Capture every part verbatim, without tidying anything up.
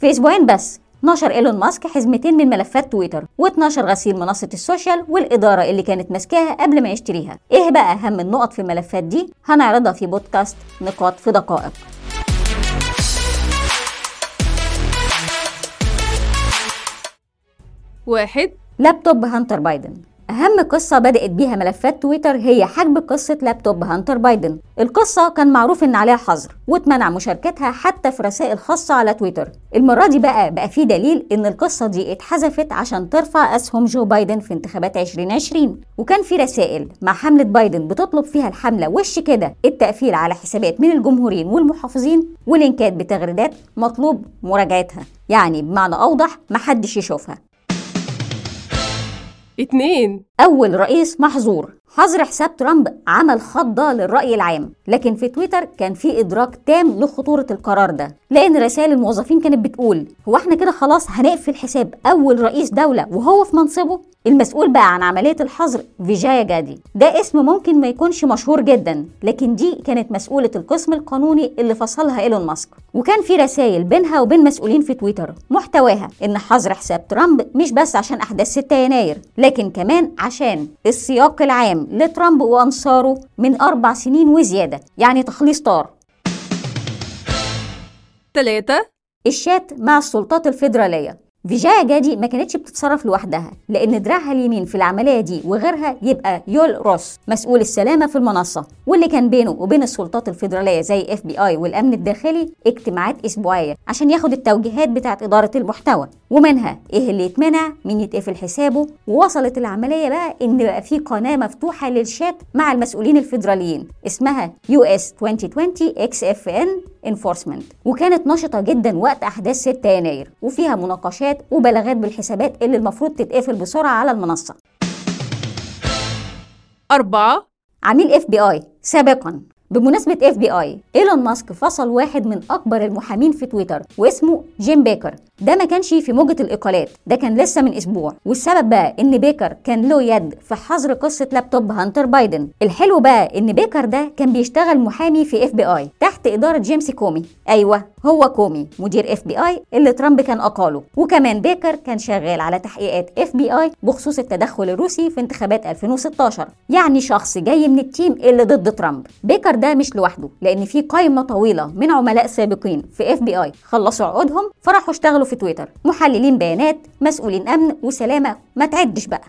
في أسبوعين بس نشر إيلون ماسك حزمتين من ملفات تويتر و12 غسيل منصة السوشيال والإدارة اللي كانت ماسكاها قبل ما يشتريها. إيه بقى أهم النقط في الملفات دي؟ هنعرضها في بودكاست نقاط في دقائق. واحد. لابتوب هانتر بايدن. أهم قصة بدأت بيها ملفات تويتر هي حجب قصة لابتوب هانتر بايدن. القصة كان معروف إن عليها حظر واتمنع مشاركتها حتى في رسائل خاصة على تويتر. المرة دي بقى بقى في دليل إن القصة دي اتحذفت عشان ترفع أسهم جو بايدن في انتخابات عشرين عشرين، وكان في رسائل مع حملة بايدن بتطلب فيها الحملة وش كده التقفيل على حسابات من الجمهوريين والمحافظين، ولينكات بتغريدات مطلوب مراجعتها، يعني بمعنى أوضح محدش يشوفها. اتنين. أول رئيس محظور. حظر حساب ترامب عمل خضة للرأي العام، لكن في تويتر كان في إدراك تام لخطورة القرار ده، لأن رسائل الموظفين كانت بتقول هو احنا كده خلاص هنقفل حساب أول رئيس دولة وهو في منصبه؟ المسؤول بقى عن عملية الحظر فيجايا جادي، ده اسم ممكن ما يكونش مشهور جدا، لكن دي كانت مسؤولة القسم القانوني اللي فصلها إيلون ماسك. وكان في رسائل بينها وبين مسؤولين في تويتر محتواها إن حظر حساب ترامب مش بس عشان أحداث ستة يناير، لكن كمان عشان السياق العام لترامب وأنصاره من أربع سنين وزيادة، يعني تخليص طار. تلاتة. الشات مع السلطات الفيدرالية. فيجايا جادي ما كانتش بتتصرف لوحدها، لأن دراعها اليمين في العملية دي وغيرها يبقى يول روس مسؤول السلامة في المنصة، واللي كان بينه وبين السلطات الفيدرالية زي اف بي اي والأمن الداخلي اجتماعات أسبوعية عشان ياخد التوجيهات بتاعة إدارة المحتوى، ومنها إيه اللي يتمنع، مين يتقفل حسابه. ووصلت العملية بقى إن بقى في قناة مفتوحة للشات مع المسؤولين الفيدراليين اسمها يو اس ألفين وعشرين اكس اف ان Enforcement، وكانت نشطة جدا وقت أحداث ستة يناير، وفيها مناقشات وبلاغات بالحسابات اللي المفروض تتقفل بسرعة على المنصة. أربعة. عميل اف بي اي سابقا. بمناسبة اف بي اي، ايلون ماسك فصل واحد من اكبر المحامين في تويتر واسمه جيم بيكر. ده ما كانش في موجة الاقالات، ده كان لسه من اسبوع، والسبب بقى ان بيكر كان له يد في حظر قصة لابتوب هانتر بايدن. الحلو بقى ان بيكر ده كان بيشتغل محامي في اف بي اي تحت ادارة جيمس كومي. ايوه هو كومي مدير اف بي اي اللي ترامب كان اقاله. وكمان بيكر كان شغال على تحقيقات اف بي اي بخصوص التدخل الروسي في انتخابات ألفين وستاشر، يعني شخص جاي من التيم اللي ضد ترامب. بيكر ده مش لوحده، لان في قائمة طويلة من عملاء سابقين في اف بي اي خلصوا عقودهم فراحوا اشتغلوا في تويتر، محللين بيانات، مسؤولين امن وسلامة، ما تعدش بقى.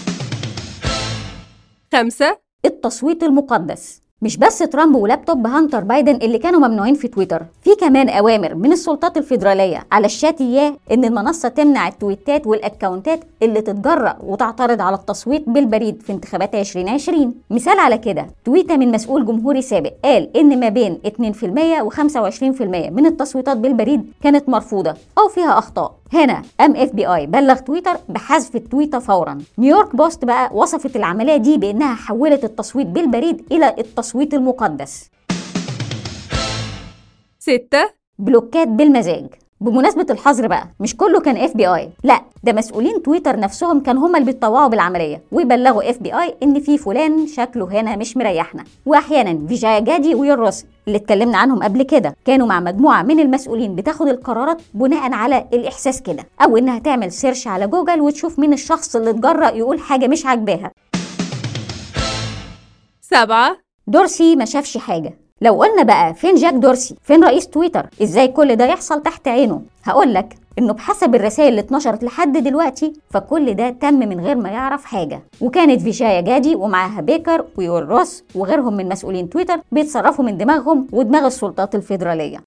خمسة. التصويت المقدس. مش بس ترامب ولابتوب هانتر بايدن اللي كانوا ممنوعين في تويتر، في كمان اوامر من السلطات الفيدراليه على الشاتية ان المنصه تمنع التويتات والاكونتات اللي تتجرأ وتعترض على التصويت بالبريد في انتخابات عشرين عشرين. مثال على كده تويته من مسؤول جمهوري سابق قال ان ما بين اتنين في المية وخمسة وعشرين في المية من التصويتات بالبريد كانت مرفوضه او فيها اخطاء. هنا ام اف بي اي بلغ تويتر بحذف التويته فورا. نيويورك بوست بقى وصفت العمليه دي بانها حولت التصويت بالبريد الى التصويت المقدس. ستة. بلوكات بالمزاج. بمناسبة الحظر بقى مش كله كان اف بي اي، لا ده مسؤولين تويتر نفسهم كان هما اللي بيتطوعوا بالعملية ويبلغوا اف بي اي ان في فلان شكله هنا مش مريحنا. واحيانا فيجايا جادي ويوروس اللي اتكلمنا عنهم قبل كده كانوا مع مجموعة من المسؤولين بتاخد القرارات بناء على الاحساس كده، او انها تعمل سيرش على جوجل وتشوف مين الشخص اللي اتجرأ يقول حاجة مش عاجباها. سبعة. دورسي ما شافش حاجة. لو قلنا بقى فين جاك دورسي، فين رئيس تويتر، ازاي كل ده يحصل تحت عينه؟ هقولك انه بحسب الرسائل اللي اتنشرت لحد دلوقتي فكل ده تم من غير ما يعرف حاجة، وكانت فيجايا جادي ومعاها بيكر ويول روس وغيرهم من مسؤولين تويتر بيتصرفوا من دماغهم ودماغ السلطات الفيدرالية.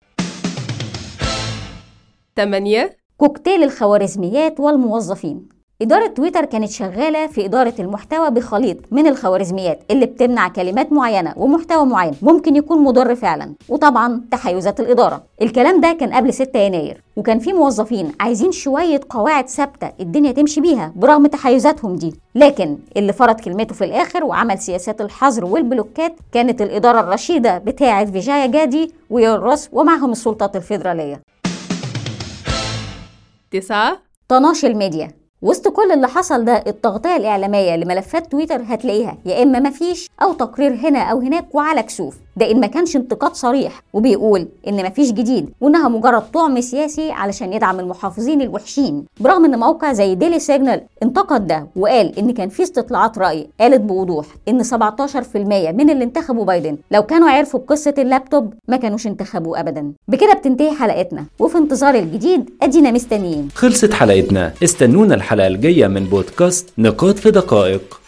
تمانية. كوكتيل الخوارزميات والموظفين. إدارة تويتر كانت شغالة في إدارة المحتوى بخليط من الخوارزميات اللي بتمنع كلمات معينة ومحتوى معين ممكن يكون مضر فعلا، وطبعا تحيزات الإدارة. الكلام ده كان قبل ستة يناير، وكان في موظفين عايزين شوية قواعد ثابتة الدنيا تمشي بيها برغم تحيزاتهم دي، لكن اللي فرض كلمته في الآخر وعمل سياسات الحظر والبلوكات كانت الإدارة الرشيدة بتاعة فيجايا جادي ويوروس ومعهم السلطات الفيدرالية. تسعة. طناش الميديا. وسط كل اللي حصل ده التغطية الإعلامية لملفات تويتر هتلاقيها يا إما مفيش أو تقرير هنا أو هناك وعلى كسوف. ده إن ما كانش انتقاد صريح، وبيقول إن مفيش جديد وإنها مجرد طعم سياسي علشان يدعم المحافظين الوحشين، برغم إن موقع زي ديلي سيجنال انتقد ده وقال إن كان في استطلاعات رأي قالت بوضوح إن سبعتاشر في المية من اللي انتخبوا بايدن لو كانوا عرفوا بقصة اللابتوب ما كانوش انتخبوه أبدا. بكده بتنتهي حلقتنا، وفي انتظار الجديد أدينا مستنيين. خلصت حلقتنا، استنونا الحلقة الجاية من بودكاست نقاط في دقائق.